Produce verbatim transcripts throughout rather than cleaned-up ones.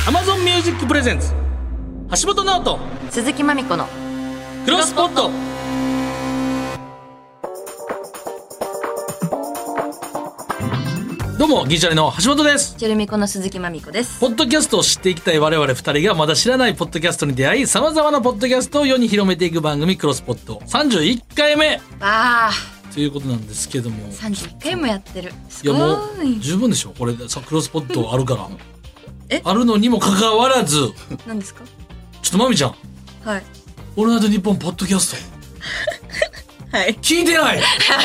Amazon Music Presents 橋本直人鈴木まみこのクロスポット。どうもギリシャリの橋本です。 チェルミコの鈴木まみこです。 ポッドキャストを知っていきたい我々ふたりがまだ知らないポッドキャストに出会い、様々なポッドキャストを世に広めていく番組クロスポットさんじゅういっかいめあということなんですけども、 さんじゅういっかいもやってる。すいごい。 やもう十分でしょこれさ、クロスポットあるからえあるのにもかかわらず、 何ですか？ ちょっとまみちゃん、 はいオールナイトニッポンポッドキャストはい聞いてない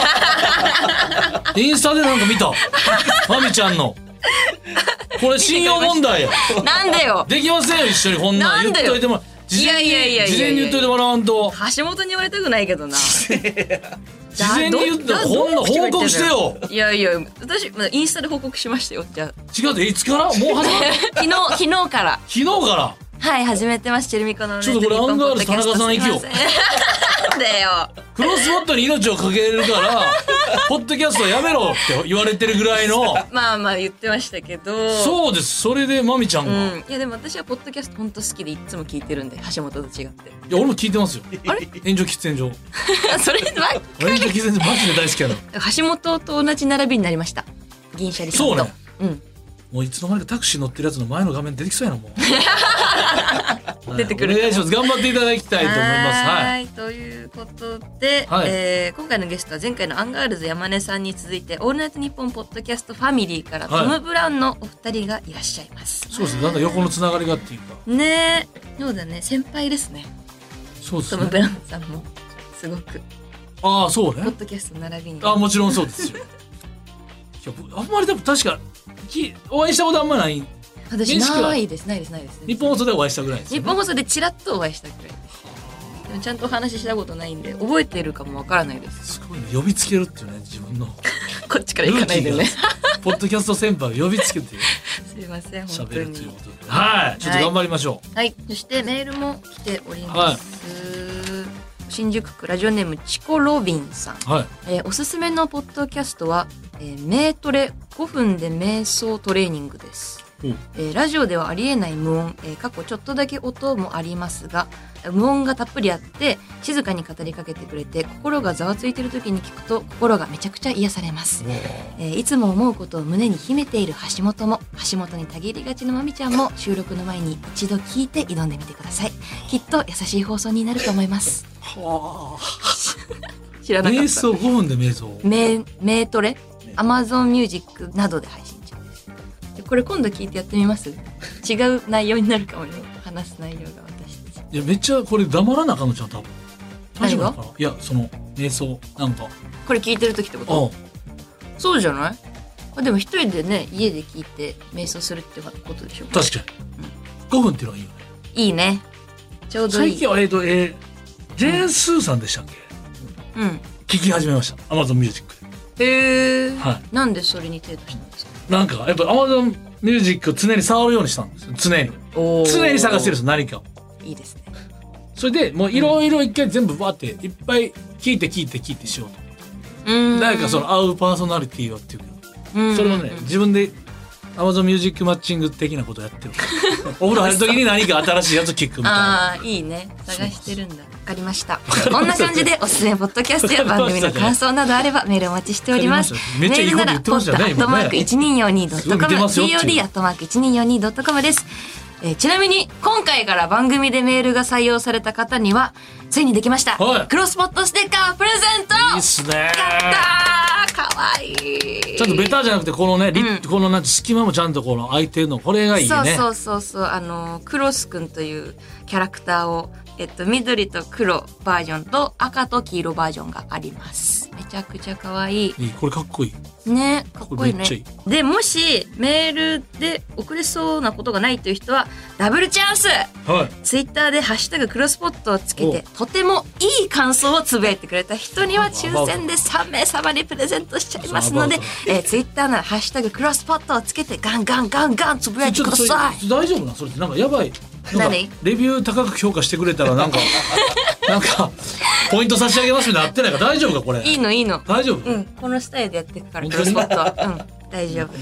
インスタでなんか見たまみちゃんのこれ信用問題や。 なんでよ。 できませんよ一緒にこんなん言っといてもら事前にいやいやいやいやいや事前に言っといてもらわんと。 橋本に言われたくないけどな。 事前に言ってこんな報告してよ。 いやいや、私まあインスタで報告しましたよ。じゃあ違うで、いつからもう始まっ昨日昨日から昨日からはい始めてます。チェルミコのちょっとこれアンガールズ田中さん行くよ。 なんでよ。 クロスポットに命をかけるからポッドキャストやめろって言われてるぐらいのまあまあ言ってましたけど。 そうです。それでまみちゃんが、 うん、いやでも私はポッドキャスト本当好きでいつも聞いてるんで、橋本と違って。 いや俺も聞いてますよ。 あれ炎上喫煙所そればっか炎上喫煙所マジで大好きやな。 橋本と同じ並びになりました。銀シャリさんと。 そうね。 うん。 もういつの間にかタクシー乗ってるやつの前の画面出てきそうやなもう出てくる。 お願いします。頑張っていただきたいと思います。はい。 はいということで、 はいえー今回のゲストは前回のアンガールズ山根さんに続いてオールナイトニッポンポッドキャストファミリーからはいトム・ブラウンのお二人がいらっしゃいます。 そうですね。なんか横のつながりがっていうか。 ねえ、そうだね、先輩ですね。 そうですトム・ブラウね。 ンさんもすごくああそうね。 ポッドキャスト並びに。 あもちろんそうですよ。いやあんまりでも確かきお会いしたことあんまない。 私認識はないですないですないです。 日本放送でお会いしたぐらいですよね。 日本放送でチラッとお会いしたくらいです。でもちゃんとお話ししたことないんで覚えてるかもわからないです。 すごいね、呼びつけるっていうね、自分のこっちから行かないでね。 ルーキーがポッドキャスト先輩を呼びつけてすいません本当喋るというに。 ことで、はい、ちょっと頑張りましょう。 はい、そしてメールも来ております。新宿区ラジオネームチコロビンさん。 はい。 えーおすすめのポッドキャストは、えー、メートレごふんで瞑想トレーニングです。 うんえーラジオではありえない無音、えー過去ちょっとだけ音もありますが無音がたっぷりあって静かに語りかけてくれて心がざわついている時に聞くと心がめちゃくちゃ癒されます、えーいつも思うことを胸に秘めている橋本も橋本にたぎりがちのまみちゃんも収録の前に一度聞いて挑んでみてください。きっと優しい放送になると思います。 は知らなかった。 瞑想ごふんで瞑想。 メメートレ Amazon Music などで配信中です。でこれ今度聞いてやってみます？違う内容になるかもよ。話す内容が私たち。 いやめっちゃこれ黙らなあかんのじゃん多分。大丈夫なのか何な。いやその瞑想なんか。 これ聞いてる時ってこあと？そうじゃない？あでも一人でね家で聞いて瞑想するってことでしょ。 確かに。ごふんっていうのはいいよね。 いいね。ちょうどいい。 最近はえっとえージェーンスーさんでしたっけ？ うん。 聞き始めました。Amazon Music で。 へえ、 はいなんでそれに手出したんですか？ なんかやっぱ Amazon Music を常に触るようにしたんですよ。常に。 おー常に探してるんです何かを。 いいですね。 それでもういろいろ一回全部バーっていっぱい聞いて聞いて聞いてしようと。 うーん。 誰かその合うパーソナリティをっていうか、 うんそれをね自分で Amazon Music マッチング的なことをやってる。お風呂入る時に何か新しいやつ聞くみたいな。 ああいいね、探してるんだ。わかりました。こんな感じでおすすめポッドキャストや番組の感想などあればメールお待ちしております。 わかりましためっちゃいいこと言ってましたねメールならポッドアットマークいちにーよんにードットコム、 すごい見てますよっていうポッド アットマークいちにーよんにードットコム です。えーちなみに今回から番組でメールが採用された方にはついにできました、 はいクロスポットステッカープレゼント。 いいっすね。 やったー、かわいい。 ちゃんとベターじゃなくてこのね、リうんこのなんて隙間もちゃんとこの空いてるのこれがいいね。 そうそうそうそうあのクロスくんというキャラクターをえっと緑と黒バージョンと赤と黄色バージョンがあります。めちゃくちゃ可愛いいいこれかっこいい。 ね、かっこいいね。 これめっちゃいいでもしメールで送れそうなことがないという人はダブルチャンス。 はい。 ツイッターでハッシュタグクロスポットをつけてとてもいい感想をつぶやいてくれた人には抽選でさんめいさまにプレゼントしちゃいますので、えー、ツイッターならハッシュタグクロスポットをつけてガンガンガンガンつぶやいてくだちょっとそれさい。 大丈夫なそれってなんかやばい。なんか何レビュー高く評価してくれたらなんかなんかポイント差し上げますみたいなってないか大丈夫かこれ。 いいのいいの。 大丈夫。 うん、このスタイルでやっていくから本当にクロスポットはうん大丈夫。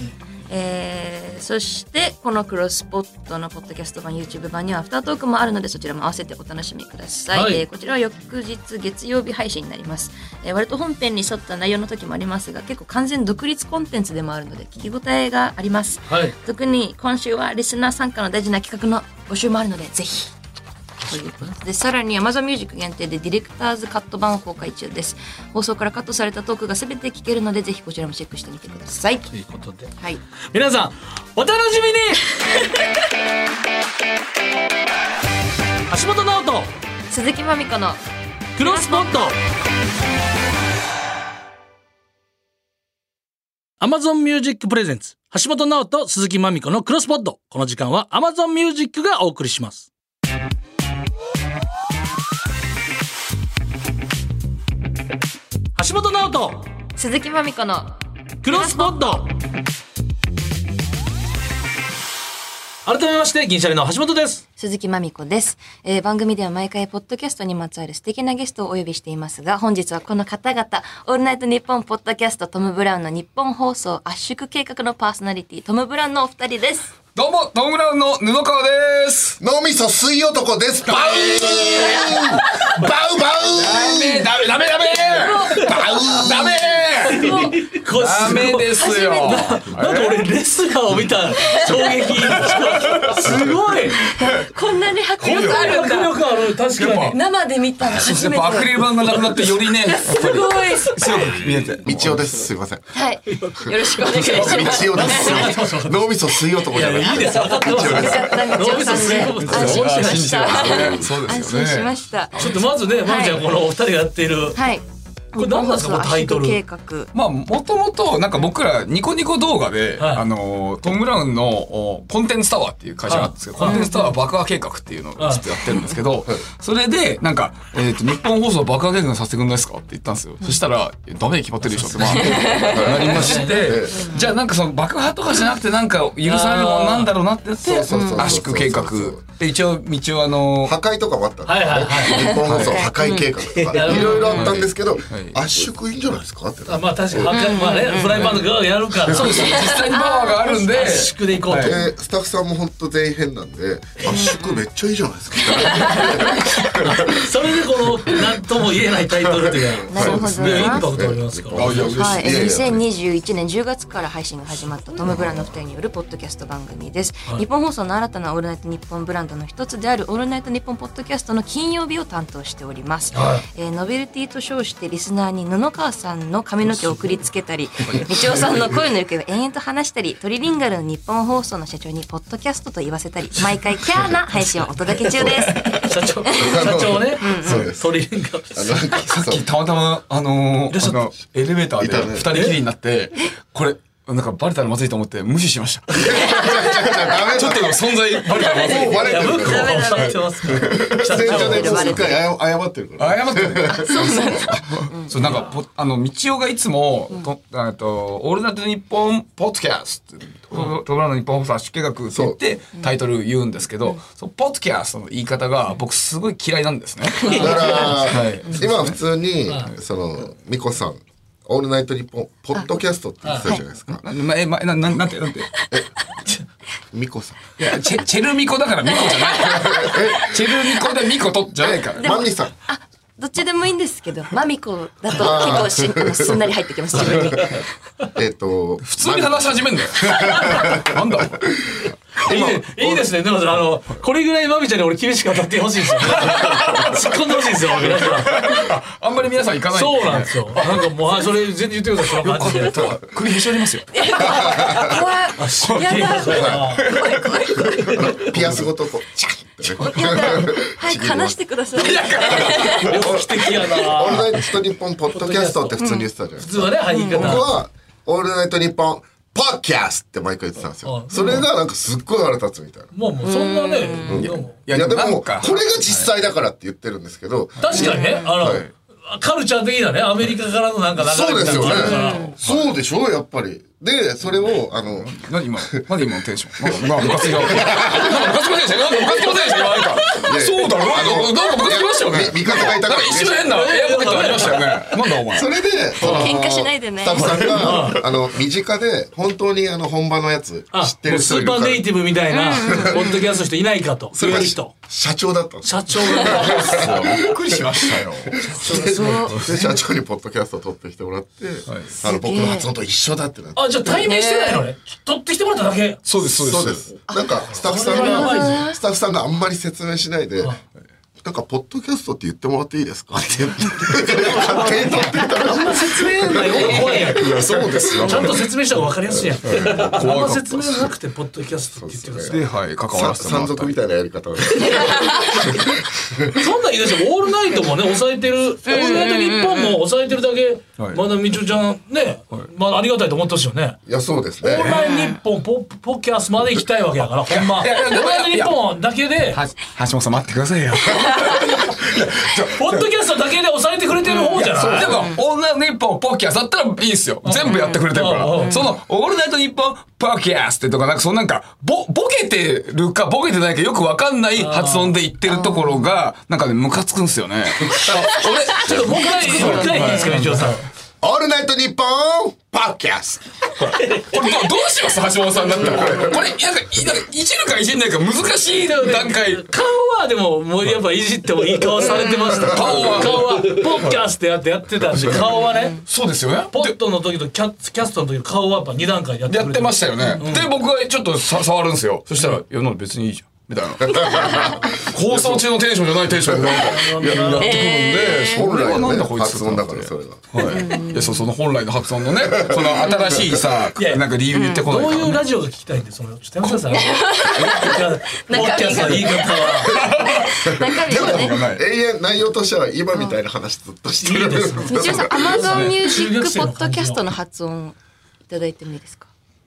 えー、そしてこのクロスポットのポッドキャスト版 YouTube 版にはアフタートークもあるのでそちらも合わせてお楽しみください、 はいえーこちらは翌日月曜日配信になります、えー割と本編に沿った内容の時もありますが結構完全独立コンテンツでもあるので聞き応えがあります、 はい。 特に今週はリスナー参加の大事な企画の募集もあるのでぜひということでさらに Amazon Music 限定でディレクターズカット版を公開中です。放送からカットされたトークが全て聞けるのでぜひこちらもチェックしてみてください。 ということで。 はい。 皆さん、お楽しみに橋本直人、 鈴木まみこのクロスポット。Amazon Music Presents 橋本直人、鈴木まみこのクロスポット。この時間は Amazon Music がお送りします。橋本直人、 鈴木まみこのクロスポット。改めまして銀シャリの橋本です。 鈴木まみこです、えー番組では毎回ポッドキャストにまつわる素敵なゲストをお呼びしていますが本日はこの方々オールナイトニッポンポッドキャストトム・ブラウンの日本放送圧縮計画のパーソナリティトム・ブラウンのお二人です。 どうも、トム・ブラウンの布川です。 脳みそ水男です。バウーバウバウダメ、ダメ、ダメ、ダメバウダメこれダメですよ。 なんか俺レスラーを見た衝撃すごいこんなに迫こんな力あるん迫だ。 力ある。確かに生で見たのそして初めて。 やっぱアクリル板がなくなってよりね、やっぱりすごい。 強く見えて。 道夫です。すいません。 はい。よろしくお願いします。 道夫です。脳みそ水男じゃない。 いいですよ。分かってますよかったみちおさんで安心しました。 そうで安すよね。 心しました。 ちょっとまずね、まみちゃんこのお二人がやっているはい。 これ何なんですかこのタイトル日本放送圧縮計画。 まあ、もともと、なんか僕ら、ニコニコ動画で、 はいあの、トム・ブラウンのおコンテンツタワーっていう会社があるんですけど、 はいコンテンツタワー爆破計画っていうのをちょっとやってるんですけど、それで、なんか、えっと、日本放送爆破計画させてくんないですかって言ったんですよ。そしたら、えダメに決まってるでしょって、まあ、なりまして、じゃあなんかその爆破とかじゃなくて、なんか許されるものなんだろうなって言って、 そうそうそうそう圧縮計画。で、一応、道はあの、 破壊とかもあったんですよはいはいはい日本放送破壊計画とかはいいろいろあったんですけどい圧縮いいんじゃないですかって。 あまあ確かに、まあね、フライパンとかやるからそうですね、実際にパワーがあるんで、 圧縮でいこうと、 はいでスタッフさんも本当全員変なんで圧縮めっちゃいいじゃないですか。 それでこの何とも言えないタイトルっていうなるほどなそうですねインパクトありますから、 あいや嬉しい。 はい、 いやいやにせんにじゅういちねんじゅうがつから配信が始まったトム・ブラウンのふたりによるポッドキャスト番組です、日本放送の新たなオールナイトニッポンブランドの一つであるオールナイトニッポンポッドキャストの金曜日を担当しております、えーノベルティと称してリスナーに布川さんの髪の毛を送りつけたり道夫さんの声の行方を延々と話したりトリリンガルの日本放送の社長にポッドキャストと言わせたり毎回キャーな配信をお届け中です社長社長ね、 そうです。 トリリンガあのなんかそうたまたま、あのー、 いらっしゃったあのエレベーターいたねで二人きりになって、これ、なんかバレたらまずいと思って無視しました。ちょっと存在バレたらまずい。 もうバレてる向こうから。 はバレてますから社出演所長で数回謝ってるから。 謝ってる。そうそう。そうなんかポあの道夫がいつもとあとオールナイトニッポンポッドキャスト、トトム・ブラウンの日本放送圧縮計画って言ってタイトル言うんですけど、そのポッドキャストの言い方が僕すごい嫌いなんですね。 だからはい今は普通にそのミコさんオールナイトニッポンポッドキャストって言ってたじゃないですか。 なまえまなななんてなんて。 ミコさん。 いやチェチェルミコだからミコじゃない。チェルミコでミコとじゃないから。 マミさん。 あどっちでもいいんですけどマミコだと結構しあのすんなり入ってきます自分にえっと普通に話し始めんだよ。なんだ。 いいねいいですね。でもあのこれぐらいまみちゃんに俺厳しく当たってほしいですよ。突っ込んでほしいですよ皆さん。 あんまり皆さん行かない。 そうなんですよ。なんかもうあそれ全然言ってくださいその感じで。 首へし折りますよ。 怖いやだ怖い怖い怖いピアスごとこうチャッってね。 やだ早く話してください猟奇的やな。 オールナイトニッポンポッドキャストって普通に言ってたじゃないですか。 普通はね入り僕方。 はオールナイトニッポンポッドキャストって毎回言ってたんですよ。それがなんかすっごい腹立つみたいな。 もうもうそんなね。でもいやいやでもこなんかれが実際だからって言ってるんですけど。 確かにねあのはいカルチャー的なねアメリカからのなんか流れそうですよみたいなのがあるから。 ね。そうでしょやっぱり。 で、それを、あの、 何今、何今のテンション。なんか、ムカつきが。なんか、ムカつきませんでしたなんか、ムカつきませんでした今、なんか。そうだろなんか、ムカつきましたよね。 味方がいたから。 一瞬変なエアポケットありましたよね。なんだお前。 それで、 喧嘩しないでね。 スタッフさんが、あの、身近で、本当にあの、本場のやつ、知ってる人いるから。 スーパーネイティブみたいな、ポッドキャストの人いないかと。 それが社長だったんです。 社長が。 びっくりしましたよ。 で、社長にポッドキャストを撮ってきてもらって、あの、僕の発音と一緒だってなって。 あ、じゃあ対面してないのね。取ってきてもらっただけ。 そうです、 そうです。なんか、スタッフさんが、スタッフさんがあんまり説明しないで、なんか、ポッドキャストって言ってもらっていいですかって言って、勝手に取ってきたら。 あんま説明がよ怖いやん。 いや、そうですよ。 ちゃんと説明した方が分かりやすいやん。あんま説明なくて、ポッドキャストって言ってください。 で、はい、関わらせてもらった。 山賊みたいなやり方を。 そんなんいいですよ。オールナイトもね、抑えてる。オールナイト日本も抑えてるだけ、まだみちおちゃんね、まあありがたいと思ってほしいよね。 いや、そうですね。 オールナイト日本、ポッキャスまで行きたいわけやから、ほんま。オールナイト日本だけで、 橋本さん待ってくださいよ。 ポッドキャストだけで抑えてくれてる方じゃない？ でも、オールナイトニッポンポッキャストだったらいいんすよ。全部やってくれてるから。その、オールナイトニッポンポッキャストとか、なんかそのなんか、ボ、ボケてるかボケてないかよくわかんない発音で言ってるところが、なんかね、ムカつくんすよね。 俺、ちょっともう一回、もう一回いいですか、一応さん。 オールナイトニッポンポッキャスト。 これどうします橋本さんだったら。これ、これ、なんか、なんかいじるかいじんないか難しい段階。 顔はでも、もうやっぱいじってもいい顔されてました。顔は。顔は、ポッキャストやってやってたんで、顔はね。 そうですよね。 ポットの時とキャキャストの時の顔はやっぱに段階でやってくれてやってましたよね。で、僕がちょっとさ触るんですよ。そしたら、いや、なんで別にいいじゃん。みたいな。放送中のテンションじゃないテンションでなんか、やってくるんで、それはなんだこいつ。 発音だからそれが。 はい。いや、そう、その本来の発音のね、その新しいさ、なんか理由言ってこない。 どういうラジオが聞きたいんで、その、ちょっとやめてください。ポッキャストの言い方は。 中身がね。 永遠内容としては今みたいな話ずっとしてる。 みちおさん、Amazon Music ポッドキャストの発音いただいてもいいですか？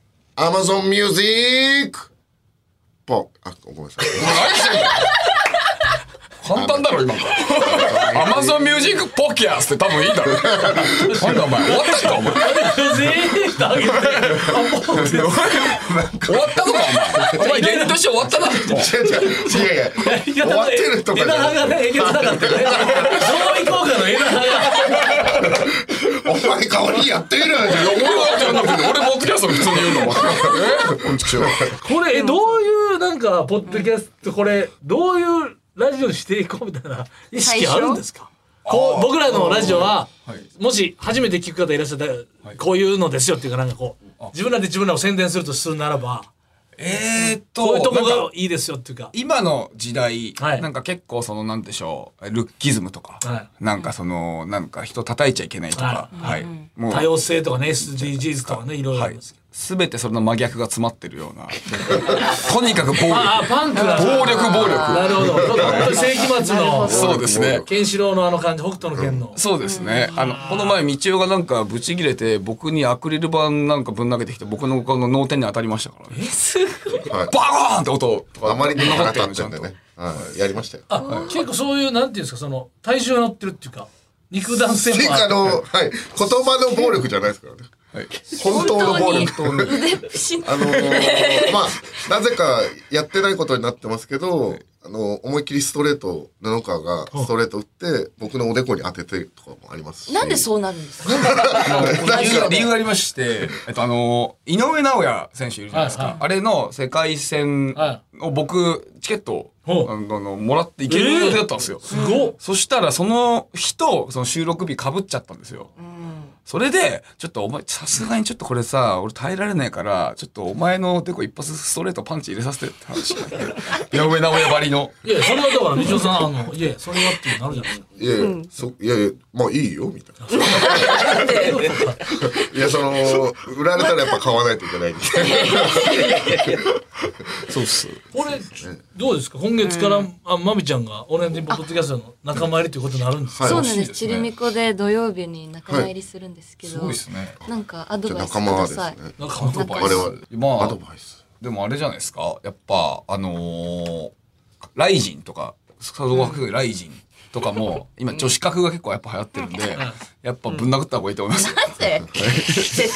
Amazon Music ポあ、ごめんなさい。 何してんだ簡単だろ今アマゾンミュージックポッキャスって多分いいだろなんだお前終わったんかお前全員してあげて終わったのかお前お前芸人として終わったな違う違う違ういやいや終わってるとか枝葉がねえげつなかったね上位効果の枝葉がお前代わりにやってみるよ俺はやってるんだけど俺ポッドキャスト普通に言うのえこんにちはこれどういうなんかポッドキャストこれどういうラジオにしていこうみたいな意識あるんですか？こう僕らのラジオは、はい、もし初めて聞く方いらっしゃったら、はい、こういうのですよっていうかなんかこう自分らで自分らを宣伝するとするならばえーっとこういうとこがいいですよっていうか今の時代、はい、なんか結構そのなんでしょうルッキズムとか、はい、なんかそのなんか人叩いちゃいけないとか、はいはい、 もう多様性とかね エスディージーズ とかねいろいろありますけど、はいすべてその真逆が詰まってるようなとにかく暴力あパンクな暴力暴力なるほど本当に世紀末のそうですねケンシロウのあの感じ北斗の拳の、 うん、そうですねあのこの前道夫がなんかブチギレて僕にアクリル板なんかぶん投げてきて僕のこの脳天に当たりましたからねえすごい、 はい、バーンって音あまりにも腹立ってんでね、はい、やりましたよあ、はい、結構そういうなんていうんですかその体重が乗ってるっていうか肉弾戦もあの、はい、言葉の暴力じゃないですからねはい、本当の暴力と、ね、あのー、まあなぜかやってないことになってますけど、はい、あの思いっきりストレート布川がストレート打って僕のおでこに当ててとかもありますしなんでそうなるんですか理由理由がありまして、えっと、あの井上尚弥選手いるじゃないですか、はいはい、あれの世界戦を僕チケットをあのもらっていける予定だったんですよ、えー、すごっそしたらその日とその収録日被っちゃったんですよ、うんそれで、ちょっとお前、さすがにちょっとこれさ、俺耐えられないから、ちょっとお前のデコ一発ストレートパンチ入れさせてって話になって、井上尚弥ばりの。 いや、それはだから、みちおさん、あの、いや、それはってなるじゃないですか。 いやいや、うん、そいやいや、まあいいよ、みたいな。いや、その、売られたらやっぱ買わないといけないみたいな。 そうっす。 これ、どうですか今月から、あ、まみちゃんが、オレンジポッドキャストの仲間入りということになるんですかそうなんです。ちりみこで土曜日に仲間入りするんですけど、 すごいですね。 なんかアドバイスください。 仲間ですね。 アドバイス。まあ、アドバイス。でもあれじゃないですか。やっぱ、あのー、ライジンとか、総合格闘技ライジンとかも、今女子格が結構やっぱ流行ってるんで、やっぱぶん殴った方がいいと思います。 なんで絶対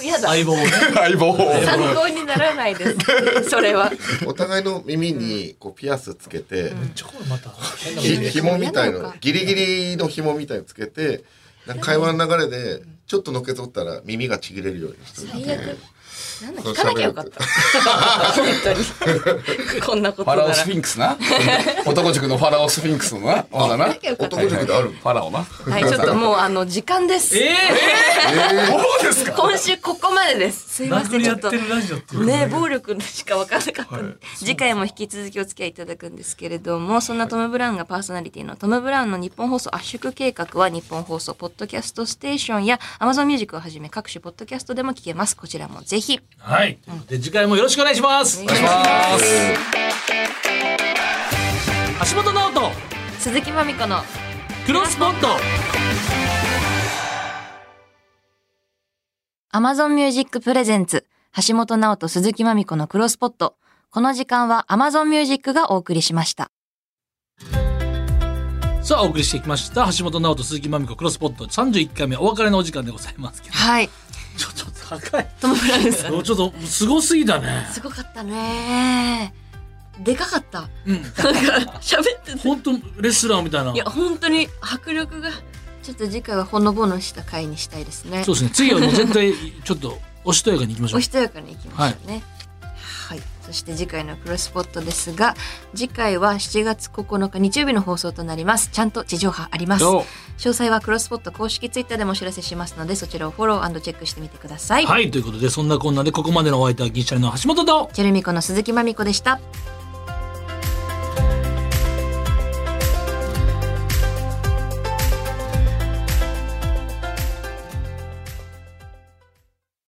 やだ相棒ね。 相棒。 参考にならないですそれは。 お互いの耳にこうピアスつけて、 ちょこれまた変なひ紐みたいのギリギリの紐みたいのつけて、なんか会話の流れでちょっとのけぞったら耳がちぎれるようにして最悪。なんだ聞かなきゃよかった本当にこんなことならファラオスフィンクスな男塾のファラオスフィンクスのなあだな男塾であるファラオな。 はいちょっともうあの時間ですえそうですか。 今週ここまでです。すいませ殴りんちょっと合ってるラジオっていうね暴力しか分からなかったんで、次回も引き続きお付き合いいただくんですけれども、そんなトム・ブラウンがパーソナリティのトム・ブラウンの日本放送圧縮計画は日本放送ポッドキャストステーションや Amazon ミュージックをはじめ各種ポッドキャストでも聞けます。こちらもぜひ。 はい。で次回もよろしくお願いします。 お願いします。 橋本直人鈴木まみこのクロスポット。 Amazon ミュージックプレゼンツ橋本直人鈴木まみこのクロスポット。この時間は Amazon ミュージックがお送りしました。 さあお送りしてきました橋本直人鈴木まみこクロスポットさんじゅういっかいめお別れのお時間でございますけど、 はい。 ちょちょっと高い。 トム・ブラウンさんもうちょっとすごすぎたね。 すごかったね。でかかった。 うん。 なんか喋ってて。 本当レスラーみたいな。 いや本当に迫力が。ちょっと次回はほのぼのした回にしたいですね。 そうですね。次はもう絶対ちょっとおしとやかに行きましょう。 おしとやかに行きましょうね。はい。はい、そして次回のクロスポットですが、次回はしちがつここのか日曜日の放送となります。ちゃんと地上波あります。詳細はクロスポット公式ツイッターでもお知らせしますので、そちらをフォロー&チェックしてみてください。 はい、ということでそんなこんなでここまでのお相手は銀シャリの橋本とチェルミコの鈴木まみこでした。